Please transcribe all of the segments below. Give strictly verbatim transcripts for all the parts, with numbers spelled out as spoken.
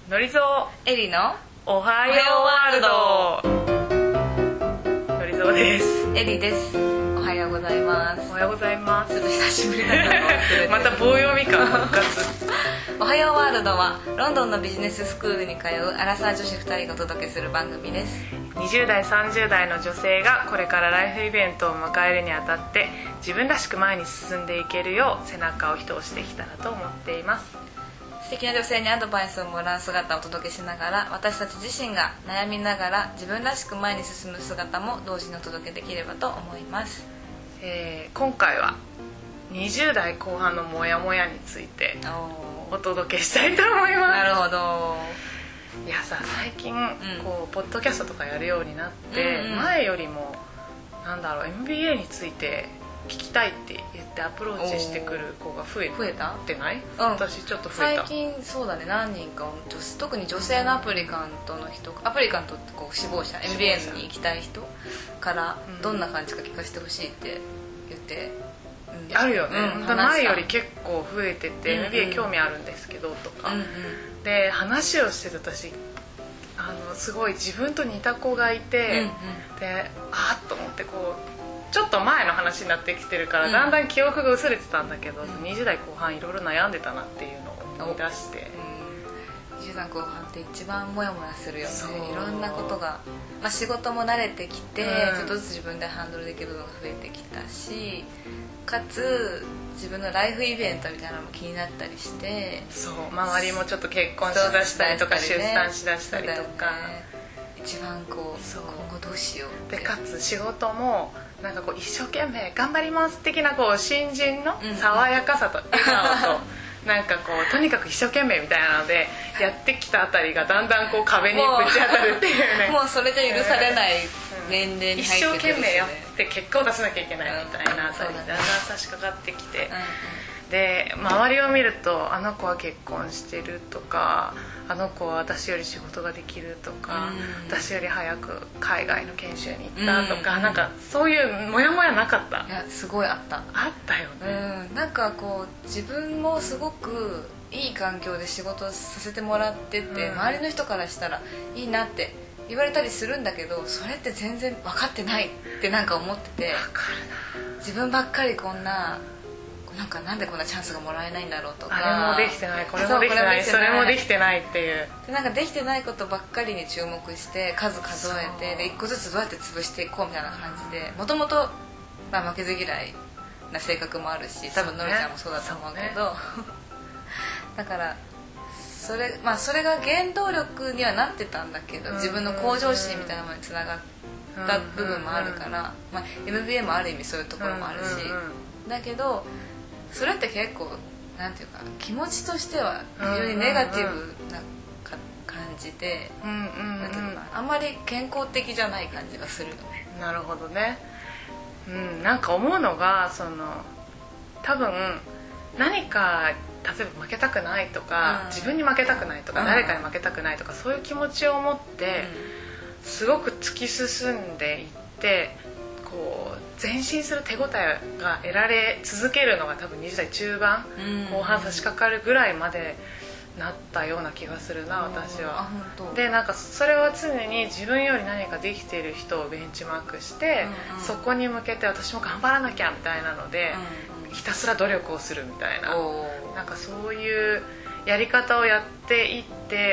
のりぞエリのおはようワールド。のりぞです。 エリです。おはようございます。 おはようございます。 ちょっと久しぶりだから忘れてまた棒読み感復活。 おはようワールドはロンドンのビジネススクールに通うアラサー女子ふたりがお届けする番組です。 にじゅう代さんじゅう代の女性がこれからライフイベントを迎えるにあたって自分らしく前に進んでいけるよう背中を一押していきたらと思っています。 素敵な女性にアドバイスをもらう姿をお届けしながら、私たち自身が悩みながら自分らしく前に進む姿も同時にお届けできればと思います。 えー、今回はにじゅう代後半のモヤモヤについてお届けしたいと思います。 なるほど。 いやさ、最近、うん、こうポッドキャストとかやるようになって、うんうん、前よりもなんだろう エムビーエー について聞きたいって言ってアプローチしてくる子が増えてない？うん、私ちょっと増えた。 最近そうだね、何人か特に女性のアプリカントの人、アプリカントってこう志望者 エムビーエー に行きたい人からどんな感じか聞かせてほしいって言って、 うん、あるよね、うん、前より結構増えてて、うんうん、エムビーエー 興味あるんですけどとか、うんうん、で話をしてると私あのすごい自分と似た子がいて、うんうん、であっと思ってこうちょっと前の話になってきてるから、うん、だんだん記憶が薄れてたんだけど、うん、にじゅう代後半いろいろ悩んでたなっていうのを思い出して、 うん、にじゅう代後半って一番モヤモヤするよね。いろんなことが、まあ、仕事も慣れてきて、うん、ちょっとずつ自分でハンドルできる部分が増えてきたし、かつ自分のライフイベントみたいなのも気になったりして、 そう周りもちょっと結婚しだしたりとか、出産しだしたりとか、 一番こう今後どうしようで、かつ仕事もなんかこう一生懸命頑張ります的なこう新人の爽やかさと笑顔となんかこうとにかく一生懸命みたいなのでやってきたあたりがだんだんこう壁にぶち当たるっていうね。 もうそれじゃ許されない年齢に入ってくる、ね、 一生懸命やって結果を出さなきゃいけないみたいなあたりにだんだん差し掛かってきて、で周りを見るとあの子は結婚してるとか、あの子は私より仕事ができるとか、うん、私より早く海外の研修に行ったとか、うん、なんかそういうモヤモヤなかった？ いやすごいあった。 あったよね、 うん、なんかこう自分もすごくいい環境で仕事させてもらってて、うん、周りの人からしたらいいなって言われたりするんだけど、それって全然分かってないってなんか思ってて、 分かるな。 自分ばっかりこんななんかなんでこんなチャンスがもらえないんだろうとか、 あれもできてない、これもできてない、それもできてないっていうで、なんかできてないことばっかりに注目して数数えて、で一個ずつどうやって潰していこうみたいな感じで、もともと負けず嫌いな性格もあるし、多分のりちゃんもそうだと思うけど、ね、だからそれ、まあ、それが原動力にはなってたんだけど、自分の向上心みたいなものにつながった部分もあるから、まあ、エムビーエー もある意味そういうところもあるし、だけどそれって結構なんていうか気持ちとしては非常にネガティブな感じで、あんまり健康的じゃない感じがするよね。 なるほどね、うん、なんか思うのがその多分何か例えば負けたくないとか、うん、自分に負けたくないとか、うん、誰かに負けたくないとか、そういう気持ちを持って、うん、すごく突き進んでいってこう前進する手応えが得られ続けるのが多分にじゅう代中盤、うん、後半差し掛かるぐらいまでなったような気がするな、私は。でなんかそれは常に自分より何かできている人をベンチマークして、うんうん、そこに向けて私も頑張らなきゃみたいなので、うんうん、ひたすら努力をするみたいな、なんかそういうやり方をやっていって、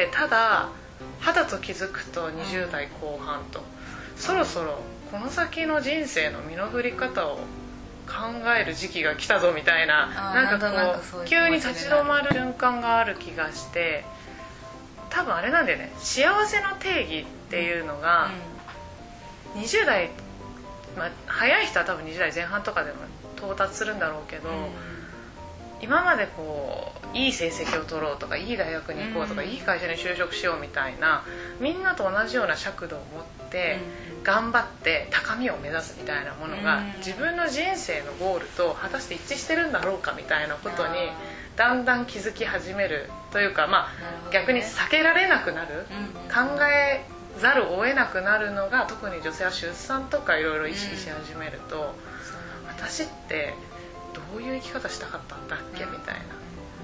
ただ肌と気づくとにじゅう代後半と、そろそろこの先の人生の身の振り方を考える時期が来たぞみたいな、なんかこう急に立ち止まる瞬間がある気がして、多分あれなんだよね、幸せの定義っていうのが、うん、にじゅう代、まあ、早い人は多分にじゅう代前半とかでも到達するんだろうけど、うん、今までこういい成績を取ろうとか、いい大学に行こうとか、うん、いい会社に就職しようみたいな、みんなと同じような尺度を持って頑張って高みを目指すみたいなものが、うん、自分の人生のゴールと果たして一致してるんだろうかみたいなことにだんだん気づき始めるというか、まあ、ね、逆に避けられなくなる、うん、考えざるを得なくなるのが、特に女性は出産とかいろいろ意識し始めると、うん、私ってどういう生き方したかったんだっけみたいな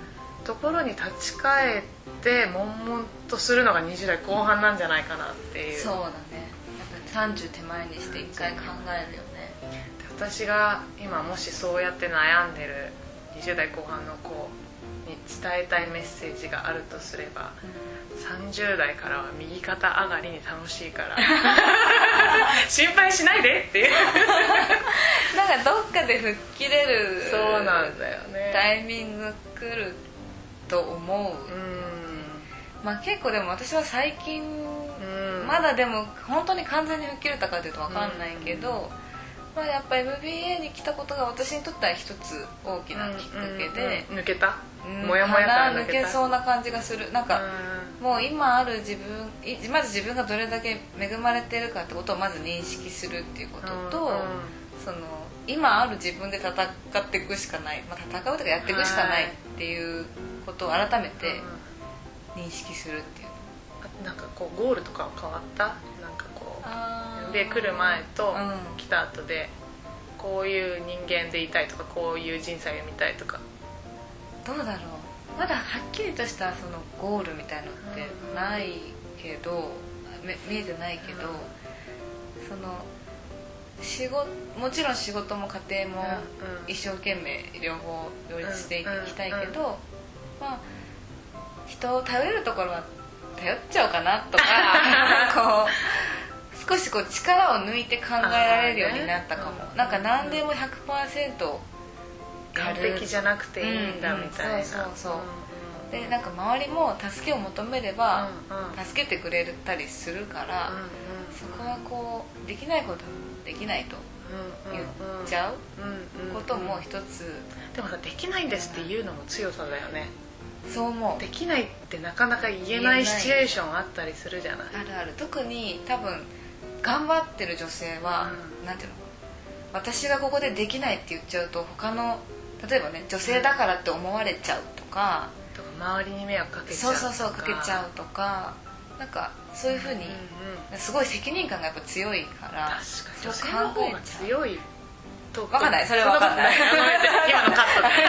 ところに立ち返って悶々とするのがにじゅう代後半なんじゃないかなっていう。 そうだね、やっぱりさんじゅう手前にして一回考えるよね。 で私が今もしそうやって悩んでるにじゅう代後半の子に伝えたいメッセージがあるとすれば、うん、さんじゅう代からは右肩上がりに楽しいから心配しないでっていうなんかどっかで吹っ切れるそうなんだよね、 タイミング来ると思う、うん、まあ結構でも私は最近、うん、まだでも本当に完全に吹っ切れたかというと分かんないけど、うんまあ、やっぱ エムビーエー に来たことが私にとっては一つ大きなきっかけで、 うんうんうん、抜けた、 うん、 もやもやから抜けた、 抜けそうな感じがする。なんか、うん、もう今ある自分、まず自分がどれだけ恵まれてるかってことをまず認識するっていうことと、うんうん、その今ある自分で戦っていくしかない、まあ、戦うとかやっていくしかないっていうことを改めて認識するっていう、 うん、なんかこうゴールとかは変わった？なんかこうで来る前と来た後で、うん、こういう人間でいたいとかこういう人生を見たいとか。 どうだろう、まだはっきりとしたそのゴールみたいのってないけど、うん、見えてないけど、うん、その仕事もちろん仕事も家庭も一生懸命両方両立していきたいけど、まあ人を頼れるところは頼っちゃおうかなとかこう少しこう力を抜いて考えられるようになったかも、ね、なんか何でも ひゃくパーセント完璧じゃなくていいんだみたいな、うんうん、そうそうそう、 うん、でなんか周りも助けを求めれば助けてくれたりするから、うんうん、そこはこうできないことはできないと言っちゃうことも一つ。 でもさ、できないんですっていうのも強さだよね。 そう思う。 できないってなかなか言えないシチュエーションあったりするじゃない。 あるある。特に多分頑張ってる女性は、うん、なんていうの、私がここでできないって言っちゃうと他の例えばね女性だからって思われちゃうとか、 とか周りに迷惑かけちゃうとか、 そうそうそうかけちゃうとか、なんかそういうふうに、うんうん、すごい責任感がやっぱ強いから。 確かに女性の方が強いと分かんない、それは分かんない今のカットで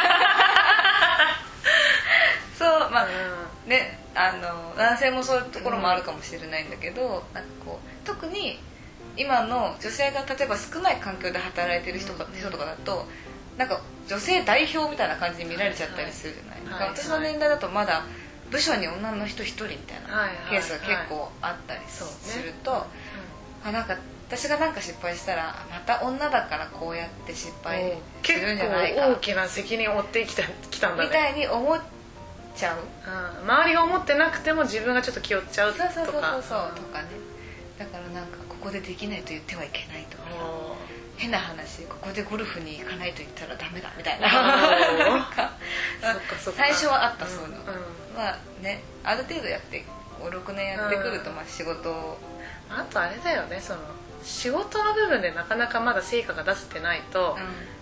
そうまあ、うん、ね、あの男性もそういうところもあるかもしれないんだけど、うん、なんかこう特に今の女性が例えば少ない環境で働いてる人とか、うん、人とかだとなんか女性代表みたいな感じに見られちゃったりするじゃない、はいはい、私の年代だとまだ部署に女の人一人みたいなケースが結構あったりすると、はいはいはい、あ、なんか私がなんか失敗したらまた女だからこうやって失敗するんじゃないか、 結構大きな責任を負ってきた、きたんだねみたいに思っちゃう、 うん、周りが思ってなくても自分がちょっと気負っちゃうとか、 そうそうそうそうそうとかね。だからなんかここでできないと言ってはいけないとか、変な話、ここでゴルフに行かないと言ったらダメだみたいななんか最初はあった、そういうの、うん、まあね、ある程度やってごろくねんやってくると、まあ仕事を、 うん、あとあれだよね、その仕事の部分でなかなかまだ成果が出せてないと、うん、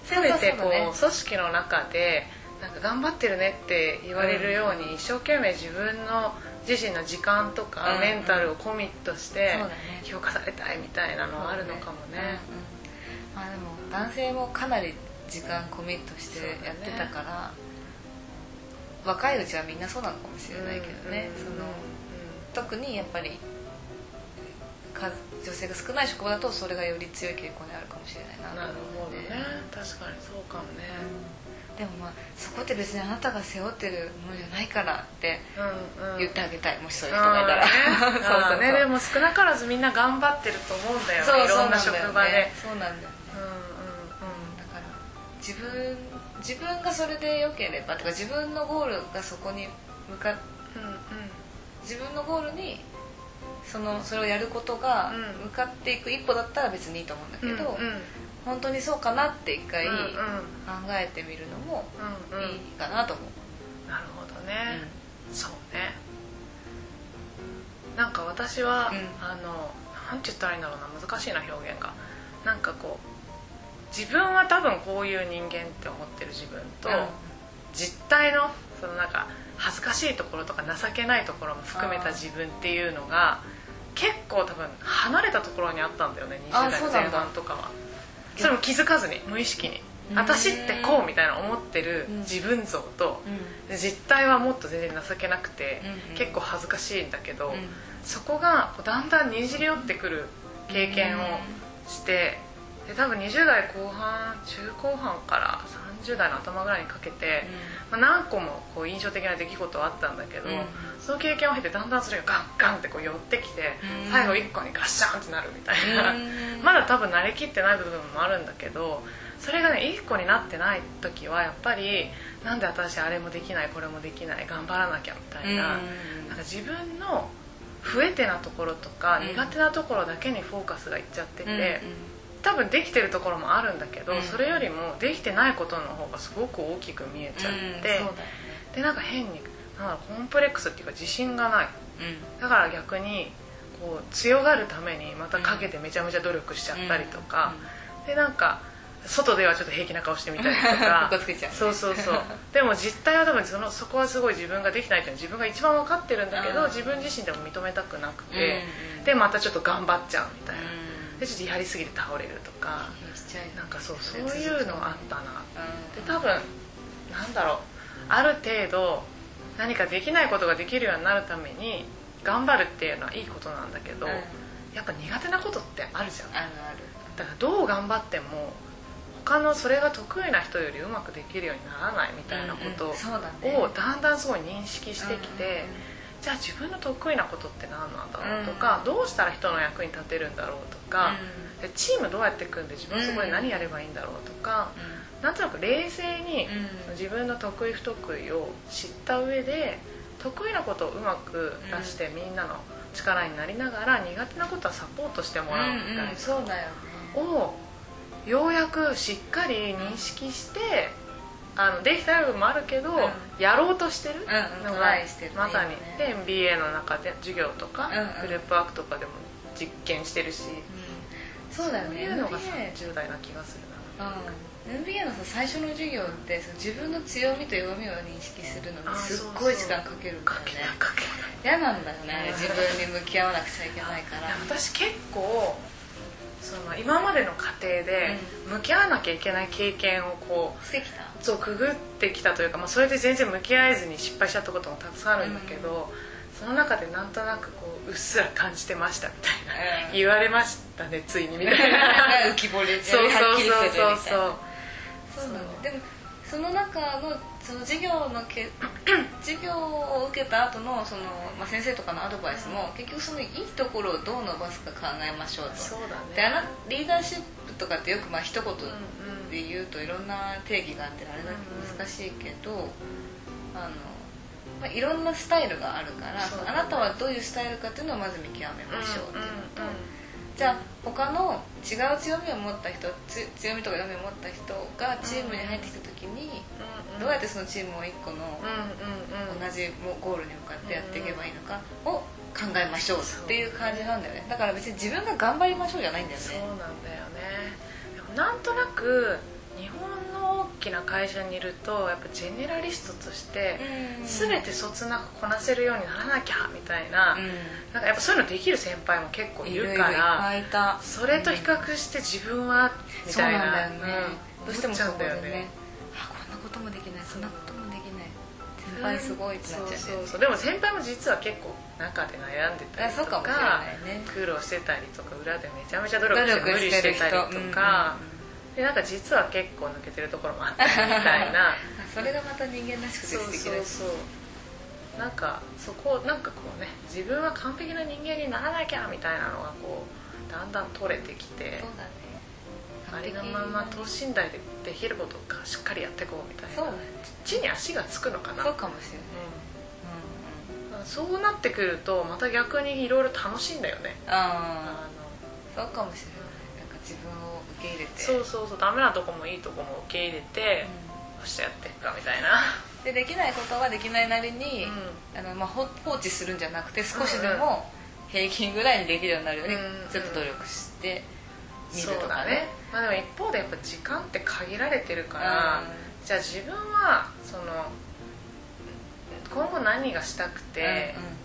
せめてこう、ね、組織の中でなんか頑張ってるねって言われるように、うん、一生懸命自分の自身の時間とか、うん、メンタルをコミットして評価されたいみたいなのはあるのかもね。 まあでも男性もかなり時間コミットしてやってたから、ね、若いうちはみんなそうなのかもしれないけどね、うん、その、うん、特にやっぱり女性が少ない職場だとそれがより強い傾向にあるかもしれないなと思うね。 なるほどね、確かにそうかもね、 うん、でもまあそこって別にあなたが背負ってるものじゃないからって言ってあげたい、もしそういう人がいたら、 うんうん、そうそうね。でも少なからずみんな頑張ってると思うんだよね、いろんな職場で。 そうなんだよね、うんうんうん、だから自分自分がそれで良ければとか、自分のゴールがそこに向かっ、うんうん、自分のゴールにそのそれをやることが向かっていく一歩だったら別にいいと思うんだけど、うんうん、本当にそうかなって一回考えてみるのもいいかなと思う、 うんうん、なるほどね、うん、そうね。なんか私は、うん、あのなんて言ったらいいんだろうな、難しいな表現が。なんかこう自分は多分こういう人間って思ってる自分と、うん、実態のそのなんか恥ずかしいところとか情けないところも含めた自分っていうのが結構多分離れたところにあったんだよね、にじゅう代の前半とかは。それも気づかずに、無意識に。 私ってこうみたいな思ってる自分像と、うん、実態はもっと全然情けなくて、うん、結構恥ずかしいんだけど、うん、そこがだんだんにじり寄ってくる経験をして、で多分にじゅう代後半中後半からさんじゅう代の頭ぐらいにかけて、うんまあ、何個もこう印象的な出来事はあったんだけど、うん、その経験を経てだんだんそれがガンガンってこう寄ってきて、うん、最後いっこにガッシャンってなるみたいな、うん、まだ多分慣れきってない部分もあるんだけど、それがねいっこになってない時はやっぱりなんで私あれもできないこれもできない頑張らなきゃみたいな、うん、なんか自分の不得手なところとか、うん、苦手なところだけにフォーカスがいっちゃってて、うんうん多分できてるところもあるんだけど、うん、それよりもできてないことの方がすごく大きく見えちゃって、うんそうだよね、でなんか変になんだろうコンプレックスっていうか自信がない、うん、だから逆にこう強がるためにまた陰でめちゃめちゃ努力しちゃったりとか、うん、でなんか外ではちょっと平気な顔してみたりとかそうそうそうでも実態は多分そのそこはすごい自分ができないっていうのは自分が一番分かってるんだけど、うん、自分自身でも認めたくなくて、うん、でまたちょっと頑張っちゃうみたいな、うんでちょっとやりすぎて倒れるとかなんかそうそういうのあったな、うん、で多分なんだろうある程度何かできないことができるようになるために頑張るっていうのはいいことなんだけど、うん、やっぱ苦手なことってあるじゃん。 あるある。 だからどう頑張っても他のそれが得意な人よりうまくできるようにならないみたいなことをだんだんすごい認識してきて、じゃあ自分の得意なことって何なんだろうとか、うん、どうしたら人の役に立てるんだろうとか、うん、でチームどうやって組んで自分そこで何やればいいんだろうとか、うん、なんとなく冷静に自分の得意不得意を知った上で得意なことをうまく出してみんなの力になりながら苦手なことはサポートしてもらうみたいな、うんうん、 そうだよね、 をようやくしっかり認識してあのできた部分もあるけど、うん、やろうとしてるのが、うんうん、まさに、ね、で エムビーエー の中で授業とか、うんうん、グループワークとかでも実験してるし、うん、 そうだよね、 そういうのがさんじゅう代な気がするな、 うん、エムビーエー の最初の授業ってその自分の強みと弱みを認識するのにすっごい時間かけるんだよね。嫌なんだよね、自分に向き合わなくちゃいけないから。 私結構その今までの過程で向き合わなきゃいけない経験をこうしてきたそうくぐってきたというか、まあ、それで全然向き合えずに失敗しちゃったこともたくさんあるんだけど、うん、その中でなんとなくこううっすら感じてましたみたいな、うん、言われましたねついにみたいな浮き彫りでそうそうそうそうそうそうなんだ。でもその中のその授業のけ授業を受けた後のその、まあ、先生とかのアドバイスも結局そのいいところをどう伸ばすか考えましょうと。 そうだね。 であのリーダーシップとかってよくまあ一言で言うといろんな定義があってあれだけ難しいけど、うんうん、あのまあ、いろんなスタイルがあるから、ね、あなたはどういうスタイルかっていうのをまず見極めましょうっていうのと、うんうんうん、じゃあ他の違う強みを持った人強みとか弱みを持った人がチームに入ってきた時に、うんうん、どうやってそのチームを一個の同じゴールに向かってやっていけばいいのかを考えましょうっていう感じなんだよね。だから別に自分が頑張りましょうじゃないんだよね。 そうなんだよね。でもなんとなく日本の大きな会社にいるとやっぱジェネラリストとして全てそつなくこなせるようにならなきゃみたいな、うん、なんかやっぱそういうのできる先輩も結構いるからいいいたそれと比較して自分はみたいな、 そうなんだよね、うん、どうしてもそうだよね、 ね、あこんなこともできないそんなこともできない先輩すごいってなっちゃう、ね、 そうそうそう。でも先輩も実は結構中で悩んでたりとか、ね、苦労してたりとか裏でめちゃめちゃ努力して無理してたりとか、でなんか実は結構抜けてるところもあったりみたいなそれがまた人間らしくて素敵だし、 そうそうそうなんかそこなんかこうね自分は完璧な人間にならなきゃみたいなのがこうだんだん取れてきて、 そうだね、 ありのまま等身大でできることかしっかりやっていこうみたいな、 そうだね、 地に足がつくのかな。 そうかもしれない、 うんうんうん、そうなってくるとまた逆にいろいろ楽しいんだよね。 ああそうかもしれない。なんか自分を受け入れて、 そうそうそう、ダメなとこもいいとこも受け入れて、うん、よしやっていくかみたいな。 でできないことはできないなりに、うん、あのまあ、放置するんじゃなくて少しでも平均ぐらいにできるようになるようにちょっと努力してみるとかね。そうだね。まあ、でも一方でやっぱ時間って限られてるから、うん、じゃあ自分はその今後何がしたくて、うんうん、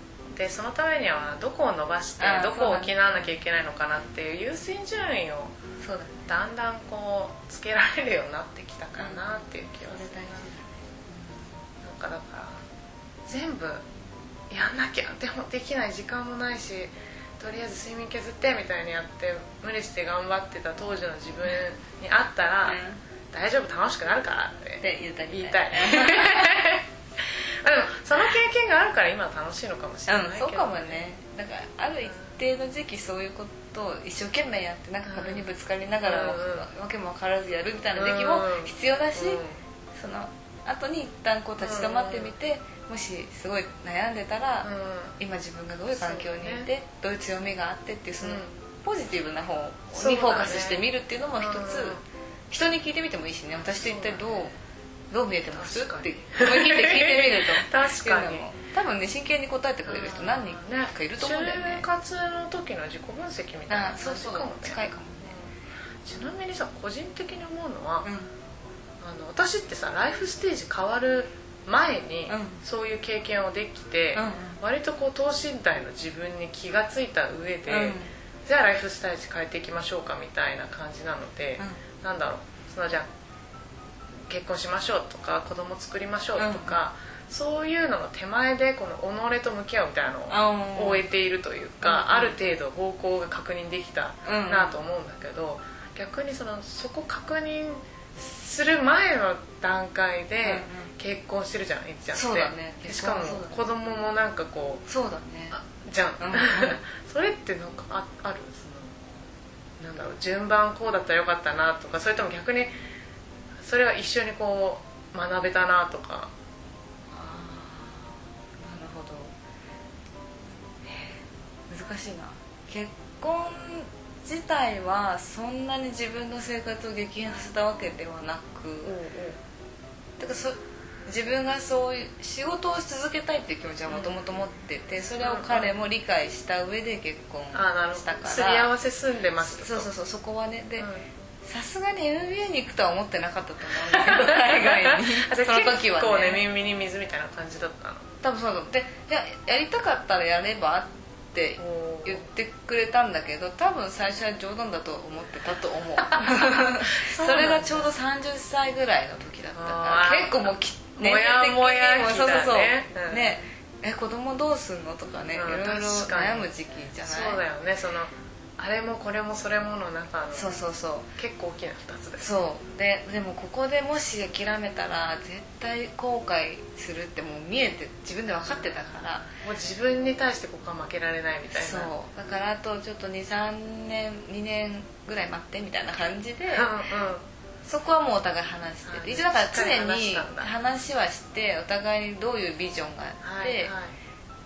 でそのためにはどこを伸ばしてどこを補わなきゃいけないのかなっていう優先順位をそうだ、 だんだんこうつけられるようになってきたかなっていう気はする、うん、なんかだから全部やんなきゃでもできない時間もないしとりあえず睡眠削ってみたいにやって無理して頑張ってた当時の自分に会ったら、うん、大丈夫楽しくなるからって言いたい言いたいでもその経験があるから今は楽しいのかもしれないけど、 うん、そうかもね。だからある一定の時期そういうことを一生懸命やってなんか壁にぶつかりながら、うん、わけも分からずやるみたいな時期も必要だし、うん、その後に一旦こう立ち止まってみて、うん、もしすごい悩んでたら、うん、今自分がどういう環境にいて、ね、どういう強みがあってっていうそのポジティブな方にフォーカスしてみるっていうのも一つ、ね、うん、人に聞いてみてもいいしね。私と一体どうどう見えてますって思い切って聞いてみると確かに多分ね真剣に答えてくれる人何人かいると思うんだよね。 就活の時の自己分析みたいな感じかもね。 そうそう近いかもね、 うん、ちなみにさ個人的に思うのは、うん、あの私ってさライフステージ変わる前に、うん、そういう経験をできて、うんうん、割とこう等身大の自分に気がついた上で、うん、じゃあライフスタイル変えていきましょうかみたいな感じなので、うん、なんだろうそのじゃあ結婚しましょうとか子供作りましょうとか、うん、そういうのの手前でこの己と向き合うみたいなのを終えているというか、うん、ある程度方向が確認できたなと思うんだけど、うん、逆にそのそこ確認する前の段階で結婚してるじゃん、いっちゃんって。 そうだね。 しかも子供もなんかこうそうだねじゃん、うん、それってなんか あ, あるそのなんだろう順番こうだったらよかったなとか、それとも逆にそれは一緒にこう学べたなとか。あ、なるほど。難しいな。結婚自体はそんなに自分の生活を激変させたわけではなく、うんうん、だからそ自分がそういう仕事を続けたいっていう気持ちはもともと持ってて、それを彼も理解した上で結婚したから、 すり合わせ住んでますと。 そうそうそう、そこはね。で、さすがに エムビーエー に行くとは思ってなかったと思うんだけど海外にその時はね結構ね耳に水みたいな感じだったの。 多分そうだ。でややりたかったらやればって言ってくれたんだけど、多分最初は冗談だと思ってたと思うそ, それがちょうどさんじゅっさいぐらいの時だったから結構もうきもやもやきだね。 そうそうそう、うん、ねえ子供どうすんのとかね、うん、いろいろ悩む時期じゃない。 そうだよね。そのあれもこれもそれもの中のそうそうそう結構大きなふたつです。 そうででもここでもし諦めたら絶対後悔するってもう見えて自分で分かってたから、 もう自分に対してここは負けられないみたいな。 そうだからあとちょっと にさんねんにねんぐらい待ってみたいな感じで、うんうん、そこはもうお互い話してて、一応だから常に話はしてお互いにどういうビジョンがあって、はいはい、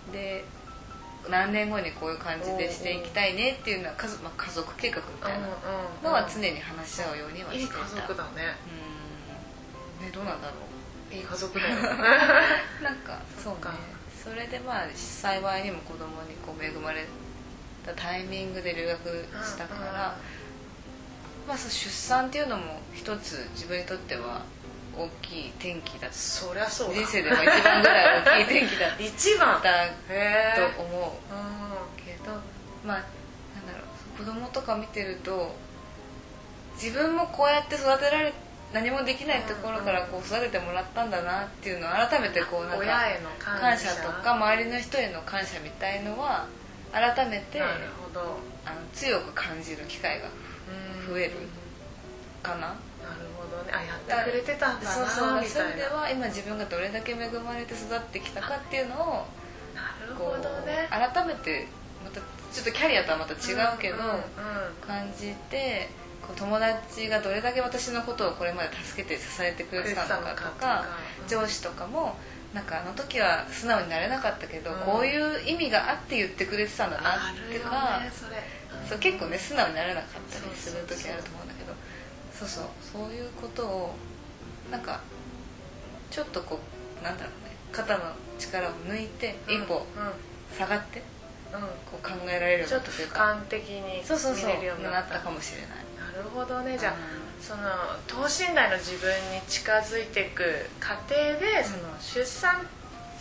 で何年後にこういう感じでしていきたいねっていうのは家族、まあ、家族計画みたいなのは常に話し合うようにはしていた。 いい家族だね。 うんね、どうなんだろう。いい家族だよなんかそうね。それでまあ幸いにも子供にこう恵まれたタイミングで留学したから、うんうん、まあそう出産っていうのも一つ自分にとっては大きい転機だった。 そりゃそうだ。 人生でも一番ぐらい大きい転機だった一番だと思うけど、まあなんだろう、子供とか見てると自分もこうやって育てられ何もできないところからこう育ててもらったんだなっていうのを改めてこうなんか親への感謝とか周りの人への感謝みたいのは改めてなるほどあの強く感じる機会が増えるかな。 なるほどね。あ、やってくれてたんだな。 そうそう、そういう意味では今自分がどれだけ恵まれて育ってきたかっていうのをなるほど、ね、 改めてまたちょっとキャリアとはまた違うけど、うんうんうん、感じてこう友達がどれだけ私のことをこれまで助けて支えてくれてたのかとか、うん、上司とかもなんかあの時は素直になれなかったけど、うん、こういう意味があって言ってくれてたんだなってか、 ね、それ、うん、 そう結構ね素直になれなかったりする時あると思うんだけど、そうそうそういうことをなんかちょっとこうなんだろうね、肩の力を抜いて一歩下がって、うんうん、こう考えられるようになったというか、 ちょっと俯瞰的に見れるようになった。 なったかもしれない。 なるほどね。じゃあ、うん、その等身大の自分に近づいていく過程で、うん、その出産し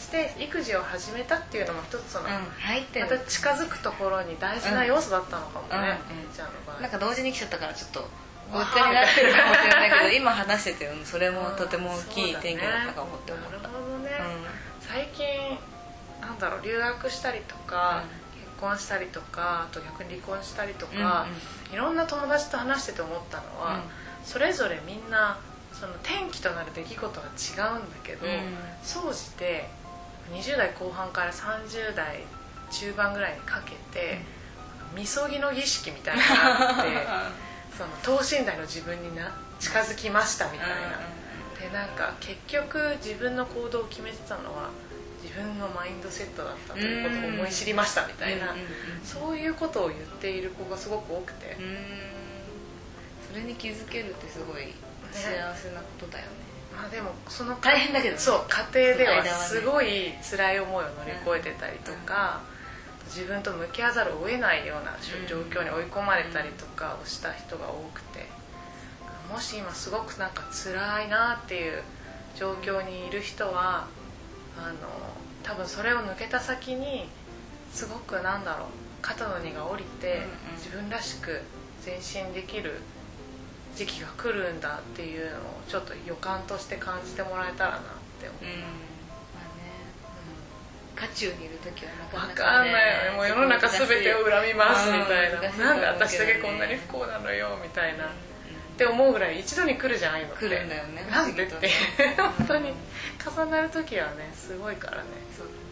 して育児を始めたっていうのも一つその、 うん、入ってるまた近づくところに大事な要素だったのかもね、 うんえいちゃんの場合。 なんか同時に来ちゃったからちょっとごっちゃになってるかもしれないけど今話しててそれもとても大きい転機だったかもって思った。 なるほどね、 うん、 最近なんだろう留学したりとか、うん、結婚したりとかあと逆に離婚したりとか、うんうん、いろんな友達と話してて思ったのは、うん、それぞれみんなその転機となる出来事が違うんだけど、うん、総じてにじゅう代後半からさんじゅう代中盤ぐらいにかけて、うん、みそぎの儀式みたいなのがあってその等身大の自分にな近づきましたみたいな、うん、でなんか結局自分の行動を決めてたのは自分のマインドセットだったということを思い知りましたみたいな、うん、そういうことを言っている子がすごく多くて、うん、 それに気づけるってすごい幸せなことだよね。 まあ、でもその大変だけど、ね、 そう家庭ではすごい辛い思いを乗り越えてたりとか、うん、自分と向き合わざるを得ないような状況に追い込まれたりとかをした人が多くて、もし今すごくなんか辛いなっていう状況にいる人はあの多分それを抜けた先にすごくなんだろう肩の荷が下りて自分らしく前進できる時期が来るんだっていうのをちょっと予感として感じてもらえたらなって思う、うん、まあね、うん、渦中にいる時はなかなか、ね、分かんないよね。もう世の中全てを恨みますみたいな、うん、なんで私だけこんなに不幸なのよみたいな、うん、って思うぐらい一度に来るじゃんああいうのって。 来るんだよね。 なんでって本当に重なる時はねすごいからね。 そうだね、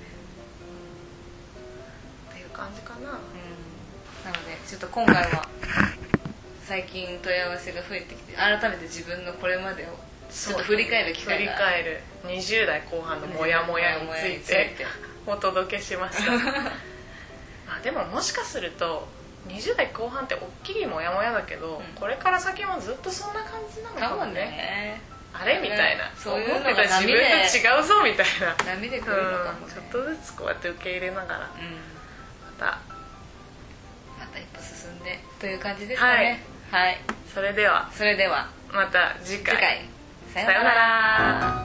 うん、っていう感じかな、うん、なのでちょっと今回は最近問い合わせが増えてきて改めて自分のこれまでをちょっと振り返る機会が振り返るにじゅう代後半のモヤモヤについてお届けしましたあでももしかするとにじゅう代後半って大きいモヤモヤだけど、うん、これから先もずっとそんな感じなのかも ね, ねあれみたいな、そういうのが自分と違うぞみたいな波で来るのかも、ね、 うん、ちょっとずつこうやって受け入れながら、うん、またまた一歩進んでという感じですかね。はい、はい、 それではそれではまた次回、 次回さようなら。